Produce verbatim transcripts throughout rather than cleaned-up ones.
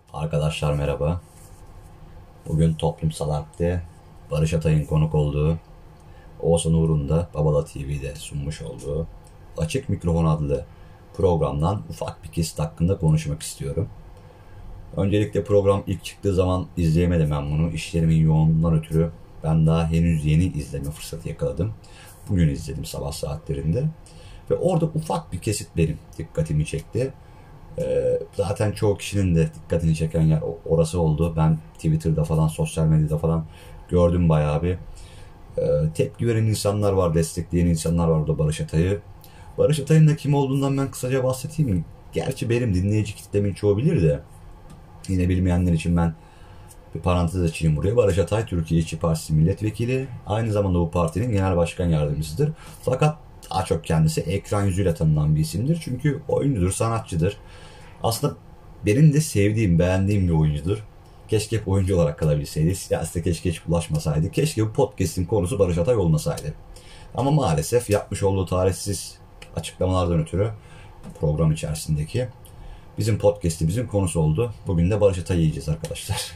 Arkadaşlar merhaba. Bugün Toplumsal Harp'te Barış Atay'ın konuk olduğu, Oğuzhan Uğur'un da Babala T V'de sunmuş olduğu Açık Mikrofon adlı programdan ufak bir kesit hakkında konuşmak istiyorum. Öncelikle program ilk çıktığı zaman izleyemedim ben bunu. İşlerimin yoğunluğundan ötürü ben daha henüz yeni izleme fırsatı yakaladım. Bugün izledim sabah saatlerinde. Ve orada ufak bir kesit benim dikkatimi çekti. Ee, zaten çoğu kişinin de dikkatini çeken yer orası oldu. Ben Twitter'da falan, sosyal medyada falan gördüm bayağı bir. Ee, tepki veren insanlar var, destekleyen insanlar var orada Barış Atay'ı. Barış Atay'ın da kim olduğundan ben kısaca bahsedeyim mi? Gerçi benim dinleyici kitlemin çoğu bilir de yine bilmeyenler için ben bir parantez açayım buraya. Barış Atay Türkiye İşçi Partisi milletvekili. Aynı zamanda bu partinin genel başkan yardımcısıdır. Fakat daha çok kendisi ekran yüzüyle tanınan bir isimdir. Çünkü oyuncudur, sanatçıdır. Aslında benim de sevdiğim, beğendiğim bir oyuncudur. Keşke hep oyuncu olarak kalabilseydi. Siyasete keşke hiç bulaşmasaydı. Keşke bu podcast'in konusu Barış Atay olmasaydı. Ama maalesef yapmış olduğu tarihsiz açıklamalardan ötürü program içerisindeki bizim podcast'imizin konusu oldu. Bugün de Barış Atay'ı yiyeceğiz arkadaşlar.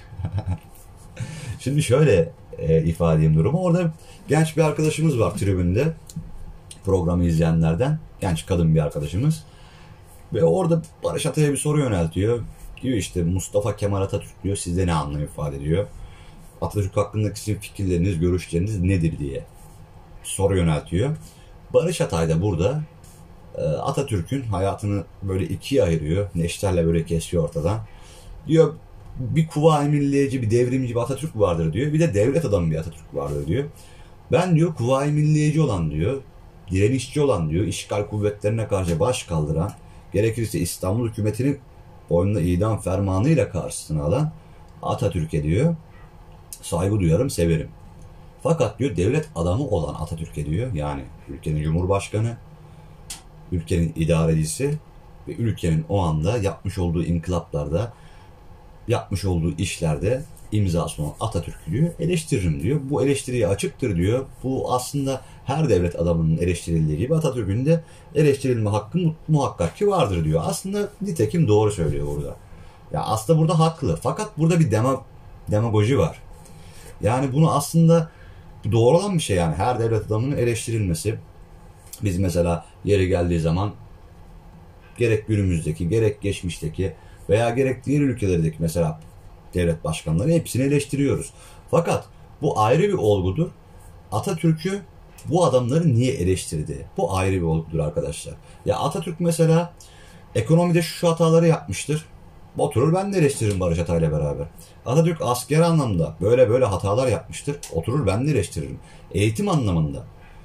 Şimdi şöyle e, ifade edeyim durumu. Orada genç bir arkadaşımız var tribünde. Programı izleyenlerden. Genç kadın bir arkadaşımız. Ve orada Barış Atay'a bir soru yöneltiyor. Diyor işte Mustafa Kemal Atatürk diyor size ne anlam ifade ediyor? Atatürk hakkındaki sizin fikirleriniz, görüşleriniz nedir diye soru yöneltiyor. Barış Atay da burada Atatürk'ün hayatını böyle ikiye ayırıyor. Neşterle böyle kesiyor ortadan. Diyor bir kuvayi milliyeci, bir devrimci bir Atatürk vardır diyor. Bir de devlet adamı bir Atatürk vardır diyor. Ben diyor kuvayi milliyeci olan diyor, direnişçi olan diyor, işgal kuvvetlerine karşı baş kaldıran, gerekirse İstanbul hükümetinin boynuna idam fermanıyla karşısına alan Atatürk'e diyor saygı duyarım, severim. Fakat diyor devlet adamı olan Atatürk'e diyor, yani ülkenin cumhurbaşkanı, ülkenin idarecisi ve ülkenin o anda yapmış olduğu inkılaplarda, yapmış olduğu işlerde imzası olan Atatürk'ü diyor eleştiririm diyor. Bu eleştiriye açıktır diyor. Bu aslında her devlet adamının eleştirildiği gibi Atatürk'ün de eleştirilme hakkı muhakkak ki vardır diyor. Aslında nitekim doğru söylüyor burada. Ya aslında burada haklı. Fakat burada bir dema, demagoji var. Yani bunu aslında doğru olan bir şey yani. Her devlet adamının eleştirilmesi. Biz mesela yeri geldiği zaman gerek günümüzdeki, gerek geçmişteki veya gerek diğer ülkelerdeki mesela devlet başkanları hepsini eleştiriyoruz. Fakat bu ayrı bir olgudur. Atatürk'ü bu adamları niye eleştirdi? Bu ayrı bir olgudur arkadaşlar. Ya Atatürk mesela ekonomide şu hataları yapmıştır. Oturur ben de eleştiririm Barış Atay'la beraber. Atatürk asker anlamda böyle böyle hatalar yapmıştır. Oturur ben de eleştiririm. Eğitim anlamında.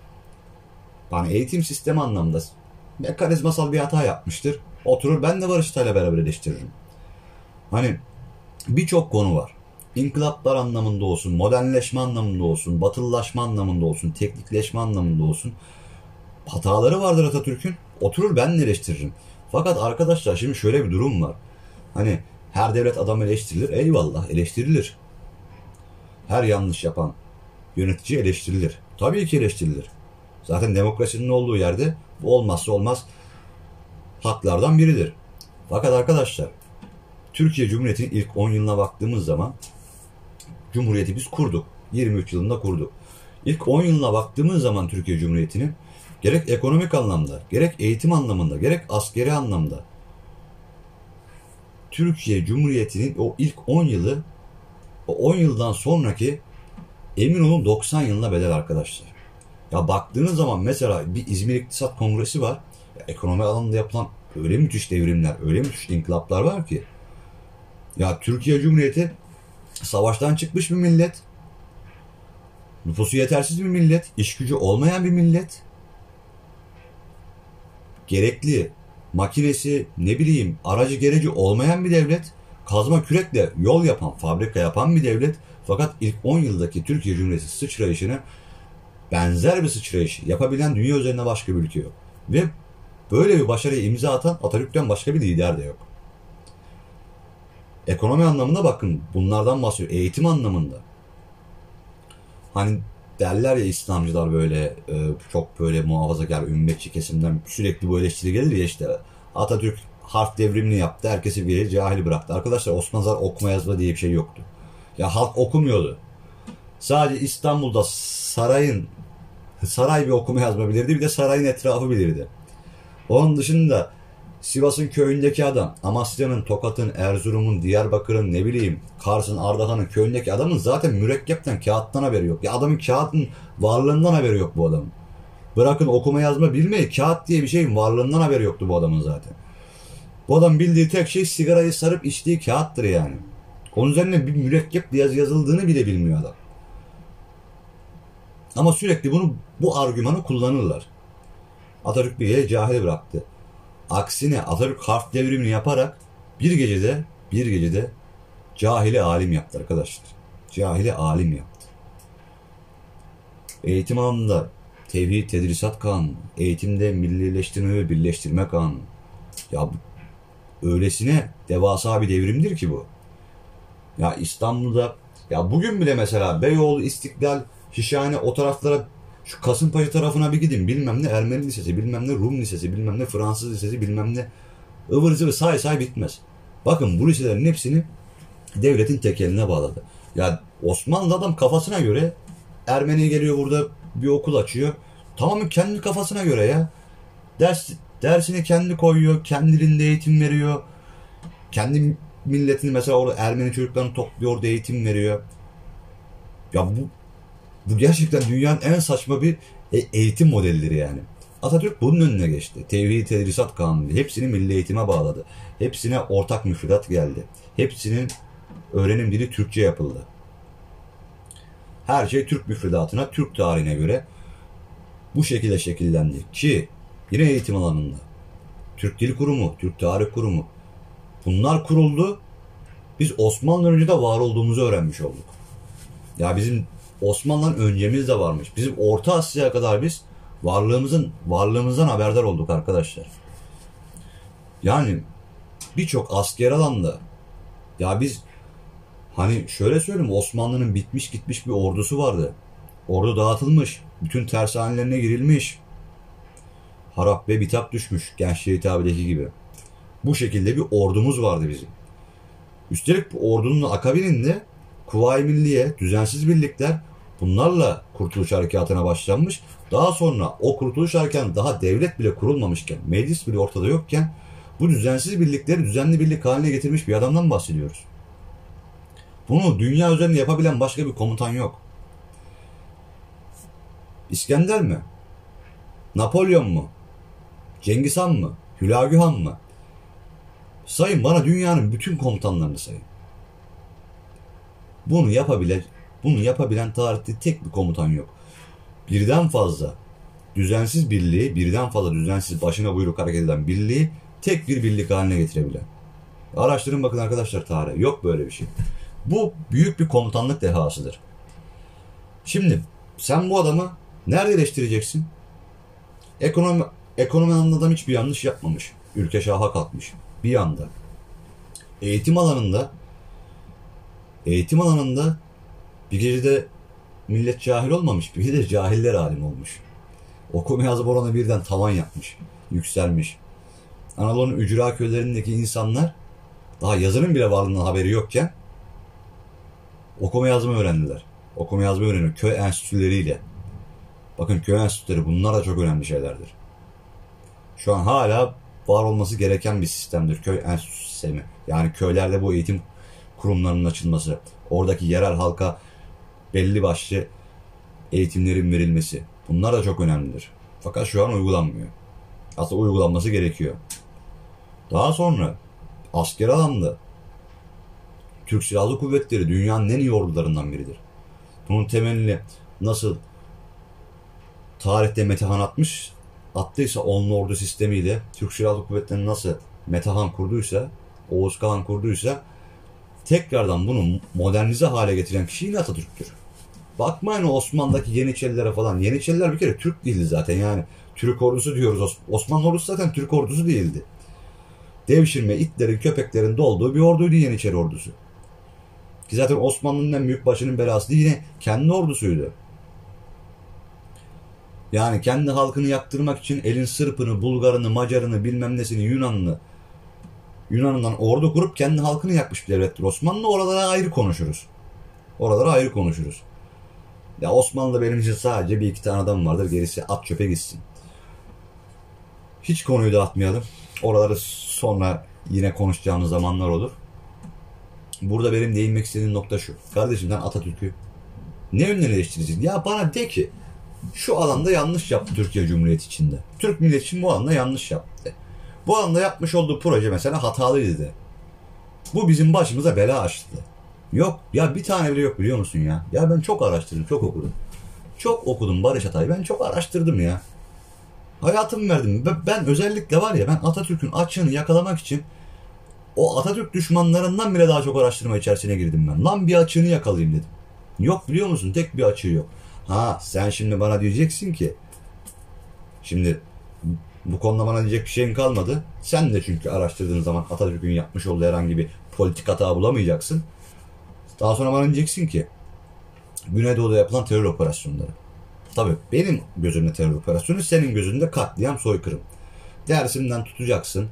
Yani eğitim sistemi anlamında mekanizmasal bir hata yapmıştır. Oturur ben de Barış Atay'la beraber eleştiririm. Hani birçok konu var. İnkılaplar anlamında olsun, modernleşme anlamında olsun, batılılaşma anlamında olsun, teknikleşme anlamında olsun. Hataları vardır Atatürk'ün. Oturur ben de eleştiririm. Fakat arkadaşlar şimdi şöyle bir durum var. Hani her devlet adamı eleştirilir. Eyvallah eleştirilir. Her yanlış yapan yönetici eleştirilir. Tabii ki eleştirilir. Zaten demokrasinin olduğu yerde bu olmazsa olmaz haklardan biridir. Fakat arkadaşlar Türkiye Cumhuriyeti'nin ilk on yılına baktığımız zaman Cumhuriyeti biz kurduk. yirmi üç yılında kurduk. İlk on yılına baktığımız zaman Türkiye Cumhuriyeti'nin gerek ekonomik anlamda, gerek eğitim anlamında, gerek askeri anlamda Türkiye Cumhuriyeti'nin o ilk on yılı, o on yıldan sonraki emin olun doksan yılına bedel arkadaşlar. Ya baktığınız zaman mesela bir İzmir İktisat Kongresi var. Ya ekonomi alanında yapılan öyle müthiş devrimler, öyle müthiş inkılaplar var ki. Ya Türkiye Cumhuriyeti savaştan çıkmış bir millet. Nüfusu yetersiz bir millet. İş gücü olmayan bir millet. Gerekli makinesi, ne bileyim aracı gereci olmayan bir devlet. Kazma kürekle yol yapan, fabrika yapan bir devlet. Fakat ilk on yıldaki Türkiye Cumhuriyeti sıçrayışını benzer bir sıçrayış yapabilen dünya üzerinde başka bir ülke yok. Ve böyle bir başarıya imza atan Atatürk'ten başka bir lider de yok. Ekonomi anlamında bakın bunlardan bahsediyor. Eğitim anlamında. Hani derler ya İslamcılar böyle çok böyle muhafazakar ümmetçi kesimden sürekli bu eleştiri gelir ya işte Atatürk harf devrimini yaptı. Herkesi bir cahil bıraktı. Arkadaşlar Osmanlılar okuma yazma diye bir şey yoktu. Ya halk okumuyordu. Sadece İstanbul'da sarayın saray bir okuma yazma bilirdi. Bir de sarayın etrafı bilirdi. Onun dışında Sivas'ın köyündeki adam, Amasya'nın, Tokat'ın, Erzurum'un, Diyarbakır'ın, ne bileyim Kars'ın, Ardahan'ın köyündeki adamın zaten mürekkepten, kağıttan haberi yok. Ya adamın kağıtın varlığından haberi yok bu adamın. Bırakın okuma yazma bilmeyi, kağıt diye bir şeyin varlığından haberi yoktu bu adamın zaten. Bu adam bildiği tek şey sigarayı sarıp içtiği kağıttır yani. Onun üzerine bir mürekkep yaz yazıldığını bile bilmiyor adam. Ama sürekli bunu, bu argümanı kullanırlar. Atatürk bir yere cahil bıraktı. Aksine Atatürk harf devrimini yaparak bir gecede bir gecede cahili alim yaptı arkadaşlar. Cahili alim yaptı. Eğitim alanında Tevhid Tedrisat Kanunu, eğitimde millileştirme ve birleştirme kanunu. Ya öylesine devasa bir devrimdir ki bu. Ya İstanbul'da, ya bugün bile mesela Beyoğlu, İstiklal, Şişhane, o taraflara, şu Kasımpaşa tarafına bir gidin. Bilmem ne Ermeni Lisesi, bilmem ne Rum Lisesi, bilmem ne Fransız Lisesi, bilmem ne ıvır zıvır say say bitmez. Bakın bu liselerin hepsini devletin tekeline bağladı. Ya Osmanlı adam kafasına göre Ermeni geliyor burada bir okul açıyor. Tamamen kendi kafasına göre ya. Ders, dersini kendi koyuyor, kendi dilinde eğitim veriyor. Kendi milletini mesela orada Ermeni çocuklarını topluyor, orada eğitim veriyor. Ya bu Bu gerçekten dünyanın en saçma bir eğitim modelleri yani. Atatürk bunun önüne geçti. Tevhid Tedrisat Kanunu. Hepsini milli eğitime bağladı. Hepsine ortak müfredat geldi. Hepsinin öğrenim dili Türkçe yapıldı. Her şey Türk müfredatına, Türk tarihine göre bu şekilde şekillendi. Ki yine eğitim alanında Türk Dil Kurumu, Türk Tarih Kurumu, bunlar kuruldu. Biz Osmanlı'dan önce de var olduğumuzu öğrenmiş olduk. Ya bizim Osmanlı'dan öncemiz de varmış. Bizim Orta Asya'ya kadar biz varlığımızın varlığımızdan haberdar olduk arkadaşlar. Yani birçok asker alanda, ya biz hani şöyle söyleyeyim, Osmanlı'nın bitmiş gitmiş bir ordusu vardı. Ordu dağıtılmış. Bütün tersanelerine girilmiş. Harap ve bitap düşmüş. Gençliğe hitabedeki gibi. Bu şekilde bir ordumuz vardı bizim. Üstelik bu ordunun akabininde Kuvayi Milliye, düzensiz birlikler, bunlarla Kurtuluş Harekatı'na başlanmış. Daha sonra o Kurtuluş Harekatı'nın daha devlet bile kurulmamışken, meclis bile ortada yokken bu düzensiz birlikleri düzenli birlik haline getirmiş bir adamdan bahsediyoruz. Bunu dünya üzerinde yapabilen başka bir komutan yok. İskender mi? Napolyon mu? Cengiz Han mı? Hülagü Han mı? Sayın bana dünyanın bütün komutanlarını sayın. Bunu yapabilen, bunu yapabilen tarihte tek bir komutan yok. Birden fazla düzensiz birliği, birden fazla düzensiz başına buyruk hareket eden birliği tek bir birlik haline getirebilen. Araştırın bakın arkadaşlar tarihe. Yok böyle bir şey. Bu büyük bir komutanlık dehasıdır. Şimdi sen bu adamı nerede eleştireceksin? Ekonomi, ekonomi alanında adam hiçbir yanlış yapmamış. Ülke şaha kalkmış. Bir yanda. Eğitim alanında Eğitim alanında bir gecede millet cahil olmamış, bir gecede cahiller alim olmuş. Okuma yazma oranı birden tavan yapmış, yükselmiş. Anadolu'nun ücra köylerindeki insanlar daha yazının bile varlığından haberi yokken okuma yazma öğrendiler. Okuma yazma öğreniyor köy enstitüleriyle. Bakın köy enstitüleri, bunlar da çok önemli şeylerdir. Şu an hala var olması gereken bir sistemdir köy enstitüsü sistemi. Yani köylerde bu eğitim kurumlarının açılması, oradaki yerel halka belli başlı eğitimlerin verilmesi, bunlar da çok önemlidir. Fakat şu an uygulanmıyor. Aslında uygulanması gerekiyor. Daha sonra asker alanda Türk Silahlı Kuvvetleri dünyanın en iyi ordularından biridir. Bunun temelini nasıl tarihte Metehan atmış, attıysa onlu ordu sistemiyle Türk Silahlı Kuvvetleri'nin nasıl Metehan kurduysa, Oğuz Kağan kurduysa, tekrardan bunu modernize hale getiren kişi yine Atatürk'tür. Bakmayın Osmanlı'daki Yeniçerilere falan. Yeniçeriler bir kere Türk değildi zaten yani. Türk ordusu diyoruz. Osmanlı ordusu zaten Türk ordusu değildi. Devşirme, itlerin, köpeklerin dolduğu bir orduydu Yeniçeri ordusu. Ki zaten Osmanlı'nın en büyük başının belası yine kendi ordusuydu. Yani kendi halkını yaktırmak için elin Sırpını, Bulgarını, Macarını, bilmem nesini, Yunanını Yunan'dan ordu kurup kendi halkını yakmış bir devlettir Osmanlı. Oralara ayrı konuşuruz. Oralara ayrı konuşuruz. Ya Osmanlı'da benim için sadece bir iki tane adam vardır. Gerisi at çöpe gitsin. Hiç konuyu dağıtmayalım. Oraları sonra yine konuşacağımız zamanlar olur. Burada benim değinmek istediğim nokta şu. Kardeşim sen Atatürk'ü ne yönden eleştireceksin? Ya bana de ki şu alanda yanlış yaptı Türkiye Cumhuriyeti içinde. Türk milleti için bu alanda yanlış yaptı. Bu alanda yapmış olduğu proje mesela hatalıydı de. Bu bizim başımıza bela açtı. Yok ya, bir tane bile yok biliyor musun ya? Ya ben çok araştırdım, çok okudum. Çok okudum Barış Atay. Ben çok araştırdım ya. Hayatımı verdim. Ben özellikle var ya, ben Atatürk'ün açığını yakalamak için o Atatürk düşmanlarından bile daha çok araştırma içerisine girdim ben. Lan bir açığını yakalayayım dedim. Yok biliyor musun? Tek bir açığı yok. Ha sen şimdi bana diyeceksin ki, şimdi bu konuda bana diyecek bir şeyin kalmadı. Sen de çünkü araştırdığın zaman Atatürk'ün yapmış olduğu herhangi bir politik hata bulamayacaksın. Daha sonra bana diyeceksin ki Güneydoğu'da yapılan terör operasyonları. Tabii benim gözümde terör operasyonu, senin gözünde katliam, soykırım. Dersimden tutacaksın.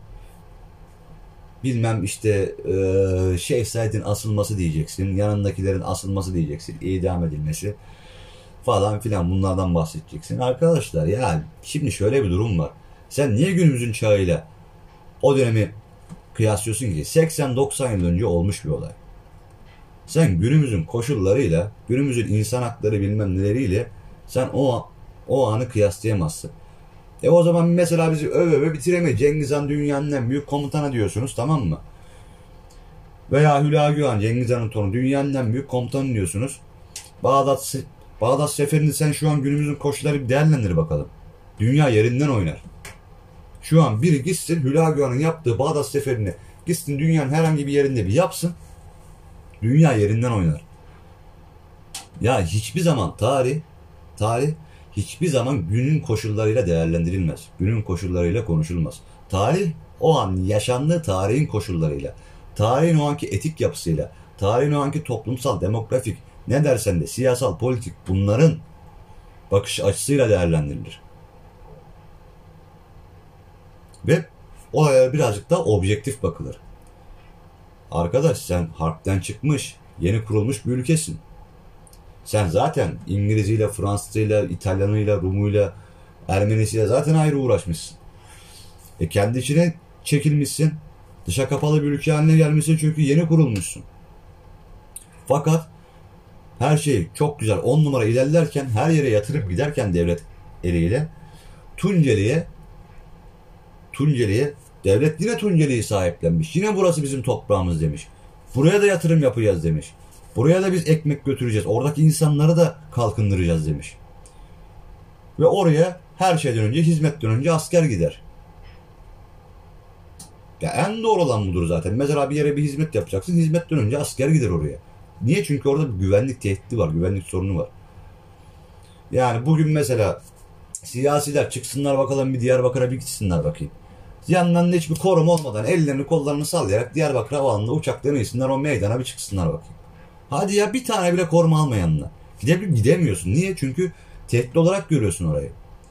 Bilmem işte e, Şeyh Said'in asılması diyeceksin. Yanındakilerin asılması diyeceksin. İdam edilmesi falan filan, bunlardan bahsedeceksin. Arkadaşlar ya şimdi şöyle bir durum var. Sen niye günümüzün çağıyla o dönemi kıyaslıyorsun ki? seksen doksan yıl önce olmuş bir olay. Sen günümüzün koşullarıyla, günümüzün insan hakları bilmem neleriyle sen o o anı kıyaslayamazsın. E o zaman mesela bizi öve öve bitiremeyiz. Cengiz Han dünyanın en büyük komutanı diyorsunuz, tamam mı? Veya Hülagü Han, Cengiz Han'ın torunu, dünyanın en büyük komutanı diyorsunuz. Bağdat, Bağdat seferini sen şu an günümüzün koşulları bir değerlendir bakalım. Dünya yerinden oynar. Şu an biri gitsin Hülagü Han'ın yaptığı Bağdat seferini gitsin dünyanın herhangi bir yerinde bir yapsın. Dünya yerinden oynar. Ya hiçbir zaman tarih, tarih hiçbir zaman günün koşullarıyla değerlendirilmez. Günün koşullarıyla konuşulmaz. Tarih o an yaşandığı tarihin koşullarıyla, tarihin o anki etik yapısıyla, tarihin o anki toplumsal, demografik, ne dersen de siyasal, politik, bunların bakış açısıyla değerlendirilir. Ve olaya birazcık daha objektif bakılır. Arkadaş sen harpten çıkmış, yeni kurulmuş bir ülkesin. Sen zaten İngiliziyle, Fransızıyla, İtalyanıyla, Rumuyla, Ermenisiyle zaten ayrı uğraşmışsın. E kendi içine çekilmişsin. Dışa kapalı bir ülke haline gelmişsin çünkü yeni kurulmuşsun. Fakat her şey çok güzel on numara ilerlerken, her yere yatırıp giderken devlet eliyle Tunceli'ye Tunceli'ye devlet yine Tunceli'yi sahiplenmiş. Yine burası bizim toprağımız demiş. Buraya da yatırım yapacağız demiş. Buraya da biz ekmek götüreceğiz. Oradaki insanları da kalkındıracağız demiş. Ve oraya her şeyden önce, hizmetten önce asker gider. Ya en doğru olan budur zaten. Mesela bir yere bir hizmet yapacaksın. Hizmetten önce asker gider oraya. Niye? Çünkü orada bir güvenlik tehdidi var. Güvenlik sorunu var. Yani bugün mesela siyasiler çıksınlar bakalım bir Diyarbakır'a bir gitsinler bakayım. Yanlarında hiçbir koruma olmadan ellerini kollarını sallayarak Diyarbakır havaalanında uçaklarını insinler, o meydana bir çıksınlar bakayım. Hadi ya bir tane bile koruma almayanla. Gidebilir, gidemiyorsun. Niye? Çünkü tehdit olarak görüyorsun orayı.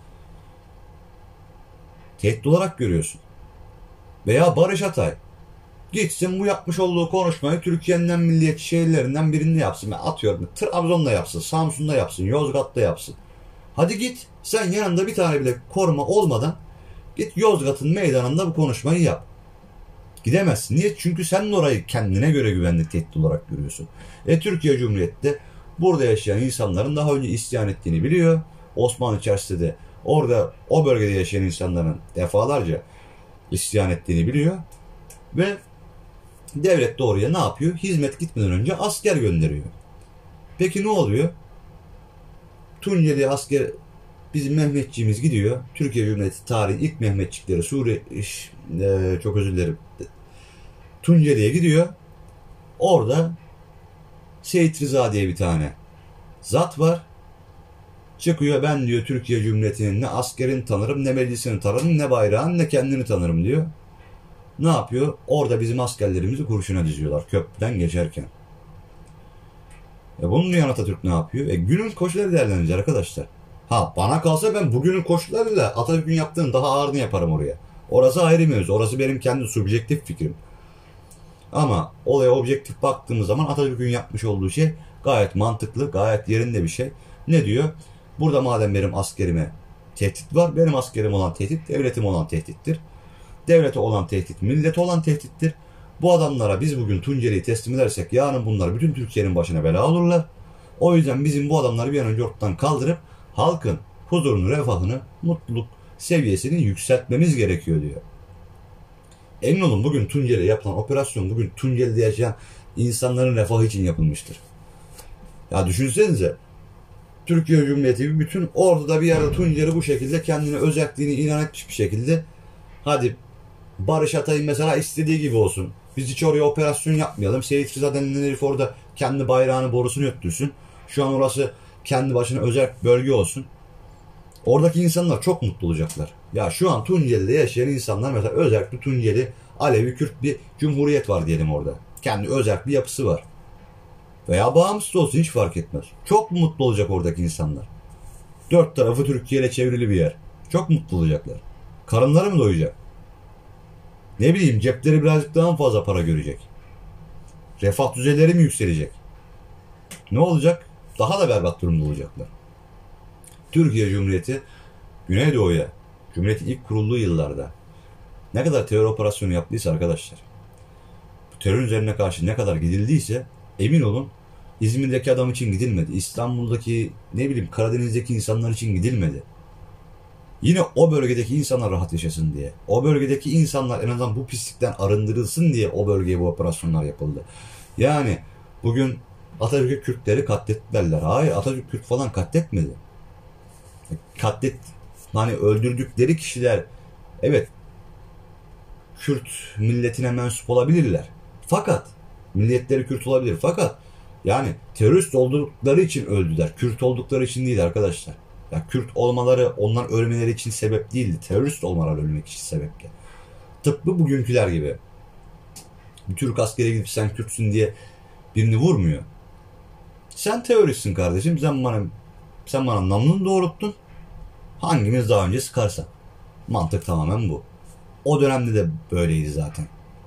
Tehdit olarak görüyorsun. Veya Barış Atay gitsin bu yapmış olduğu konuşmayı Türkiye'nin en milliyetçi şehirlerinden birinde yapsın. Ben atıyorum Trabzon'da yapsın, Samsun'da yapsın, Yozgat'ta yapsın. Hadi git sen yanında bir tane bile koruma olmadan git Yozgat'ın meydanında bu konuşmayı yap. Gidemezsin. Niye? Çünkü sen orayı kendine göre güvenlik tehdit olarak görüyorsun. E Türkiye Cumhuriyeti'nde burada yaşayan insanların daha önce isyan ettiğini biliyor. Osmanlı içerisinde de orada o bölgede yaşayan insanların defalarca isyan ettiğini biliyor. Ve devlet de oraya ne yapıyor? Hizmet gitmeden önce asker gönderiyor. Peki ne oluyor? Tunceli asker, bizim Mehmetçiğimiz gidiyor. Türkiye Cumhuriyeti tarihin ilk Mehmetçikleri Suriye, e, çok özür dilerim. Tunceli'ye gidiyor. Orada Seyit Rıza diye bir tane zat var. Çıkıyor, ben diyor Türkiye Cumhuriyeti'nin ne askerini tanırım, ne meclisini tanırım, ne bayrağını, ne kendini tanırım diyor. Ne yapıyor? Orada bizim askerlerimizi kurşuna diziyorlar köprüden geçerken. E bunun yanı Atatürk ne yapıyor? E günün koşulları değerlenecek arkadaşlar. Ha bana kalsa ben bugünün koşullarıyla Atatürk'ün yaptığını daha ağırını yaparım oraya. Orası ayrı mevzu. Orası benim kendi subjektif fikrim. Ama olaya objektif baktığımız zaman Atatürk'ün yapmış olduğu şey gayet mantıklı, gayet yerinde bir şey. Ne diyor? Burada madem benim askerime tehdit var, benim askerim olan tehdit devletim olan tehdittir. Devlete olan tehdit millete olan tehdittir. Bu adamlara biz bugün Tunceli'yi teslim edersek yarın bunlar bütün Türkiye'nin başına bela olurlar. O yüzden bizim bu adamları bir an önce ortadan kaldırıp halkın huzurunu, refahını, mutluluk seviyesini yükseltmemiz gerekiyor diyor. Emin olun bugün Tunceli'ye yapılan operasyon bugün Tunceli'de yaşayan insanların refahı için yapılmıştır. Ya düşünsenize, Türkiye Cumhuriyeti bütün ortada bir yerde Tunceli bu şekilde kendine özelliğini ilan etmiş bir şekilde, hadi Barış Atay'ın mesela istediği gibi olsun. Biz hiç oraya operasyon yapmayalım. Seyit Rıza denilen herif orada kendi bayrağını, borusunu öttürsün. Şu an orası kendi başına özel bölge olsun. Oradaki insanlar çok mutlu olacaklar. Ya şu an Tunceli'de yaşayan insanlar mesela özellikle Tunceli, Alevi, Kürt bir cumhuriyet var diyelim orada. Kendi özel bir yapısı var. Veya bağımsız olsun hiç fark etmez. Çok mutlu olacak oradaki insanlar. Dört tarafı Türkiye ile çevrili bir yer. Çok mutlu olacaklar. Karınları mı doyacak? Ne bileyim cepleri birazcık daha fazla para görecek. Refah düzeyleri mi yükselecek? Ne olacak? Daha da berbat durumda olacaklar. Türkiye Cumhuriyeti Güneydoğu'ya, Cumhuriyet'in ilk kurulduğu yıllarda ne kadar terör operasyonu yaptıysa arkadaşlar, bu terör üzerine karşı ne kadar gidildiyse emin olun İzmir'deki adam için gidilmedi. İstanbul'daki ne bileyim Karadeniz'deki insanlar için gidilmedi. Yine o bölgedeki insanlar rahat yaşasın diye, o bölgedeki insanlar en azından bu pislikten arındırılsın diye o bölgeye bu operasyonlar yapıldı. Yani bugün Atatürk'e Kürtleri katlettiler. Hayır, Atatürk Kürt falan katletmedi. Katlet, hani öldürdükleri kişiler evet Kürt milletine mensup olabilirler. Fakat milliyetleri Kürt olabilir. Fakat yani terörist oldukları için öldüler. Kürt oldukları için değil arkadaşlar. Ya Kürt olmaları, onlar ölmeleri için sebep değildi. Terörist olmaları ölmek için sebepti. Tıpkı bugünküler gibi. Bir Türk askeri gidip sen Kürtsün diye birini vurmuyor. Sen teröristsin kardeşim. Sen bana, sen bana namlunu doğrulttun. Hangimiz daha önce sıkarsa. Mantık tamamen bu. O dönemde de böyleydi zaten.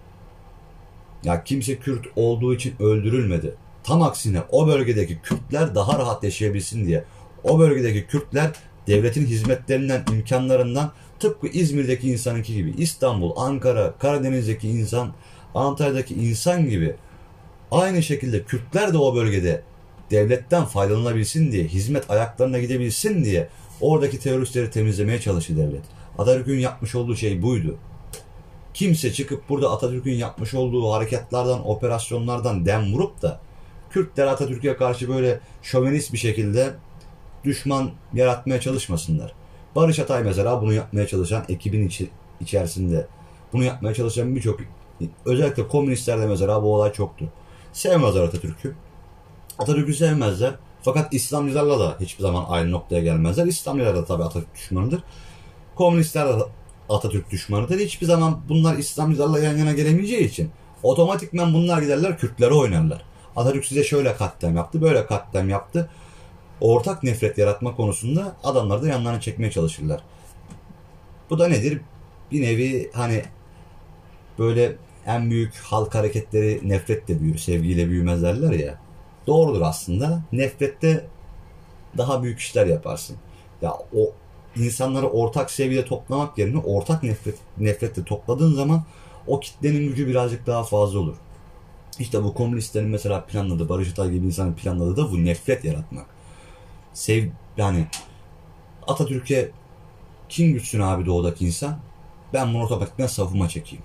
Ya kimse Kürt olduğu için öldürülmedi. Tam aksine o bölgedeki Kürtler daha rahat yaşayabilsin diye. O bölgedeki Kürtler devletin hizmetlerinden, imkanlarından tıpkı İzmir'deki insanınki gibi, İstanbul, Ankara, Karadeniz'deki insan, Antalya'daki insan gibi aynı şekilde Kürtler de o bölgede devletten faydalanabilsin diye, hizmet ayaklarına gidebilsin diye oradaki teröristleri temizlemeye çalıştı devlet. Atatürk'ün yapmış olduğu şey buydu. Kimse çıkıp burada Atatürk'ün yapmış olduğu harekatlardan, operasyonlardan dem vurup da Kürtler Atatürk'e karşı böyle şövenist bir şekilde düşman yaratmaya çalışmasınlar. Barış Atay mesela bunu yapmaya çalışan ekibin içi, içerisinde bunu yapmaya çalışan birçok, özellikle komünistlerde mesela bu olay çoktu. Sevmezler Atatürk'ü. Atatürk'ü sevmezler. Fakat İslamcılarla da hiçbir zaman aynı noktaya gelmezler. İslamcılar da tabii Atatürk düşmanıdır. Komünistler de Atatürk düşmanıdır. Hiçbir zaman bunlar İslamcılarla yan yana gelemeyeceği için otomatikman bunlar giderler Kürtlere oynarlar. Atatürk size şöyle katliam yaptı, böyle katliam yaptı. Ortak nefret yaratma konusunda adamları da yanlarına çekmeye çalışırlar. Bu da nedir? Bir nevi hani böyle en büyük halk hareketleri nefretle büyür, sevgiyle büyümez derler ya. Doğrudur aslında. Nefrette daha büyük işler yaparsın. Ya o insanları ortak seviyede toplamak yerine ortak nefret nefretle topladığın zaman o kitlenin gücü birazcık daha fazla olur. İşte bu komünistlerin mesela planladığı, Barış Atay gibi insanın planladığı da bu nefret yaratmak. Sev, yani Atatürk'e kim güçsün abi doğudaki insan? Ben bunu otomatikten safıma çekeyim.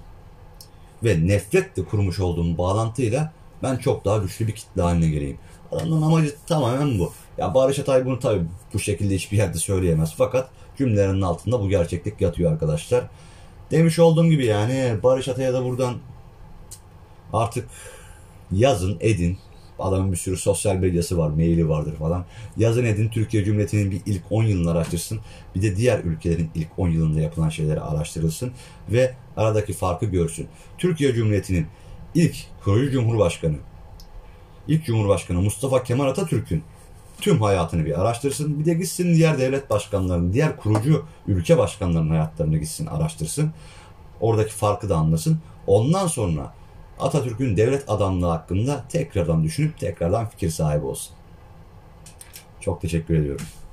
Ve nefretle kurmuş olduğum bağlantıyla ben çok daha güçlü bir kitle haline geleyim. Adamın amacı tamamen bu. Ya Barış Atay bunu tabii bu şekilde hiçbir yerde söyleyemez. Fakat cümlelerinin altında bu gerçeklik yatıyor arkadaşlar. Demiş olduğum gibi yani Barış Atay'a da buradan artık yazın edin. Adamın bir sürü sosyal medyası var, maili vardır falan. Yazın edin, Türkiye Cumhuriyeti'nin bir ilk on yılını araştırsın. Bir de diğer ülkelerin ilk on yılında yapılan şeyleri araştırılsın. Ve aradaki farkı görsün. Türkiye Cumhuriyeti'nin ilk kurucu Cumhurbaşkanı, ilk Cumhurbaşkanı Mustafa Kemal Atatürk'ün tüm hayatını bir araştırsın. Bir de gitsin diğer devlet başkanlarının, diğer kurucu ülke başkanlarının hayatlarını gitsin araştırsın. Oradaki farkı da anlasın. Ondan sonra Atatürk'ün devlet adamlığı hakkında tekrardan düşünüp tekrardan fikir sahibi olsun. Çok teşekkür ediyorum.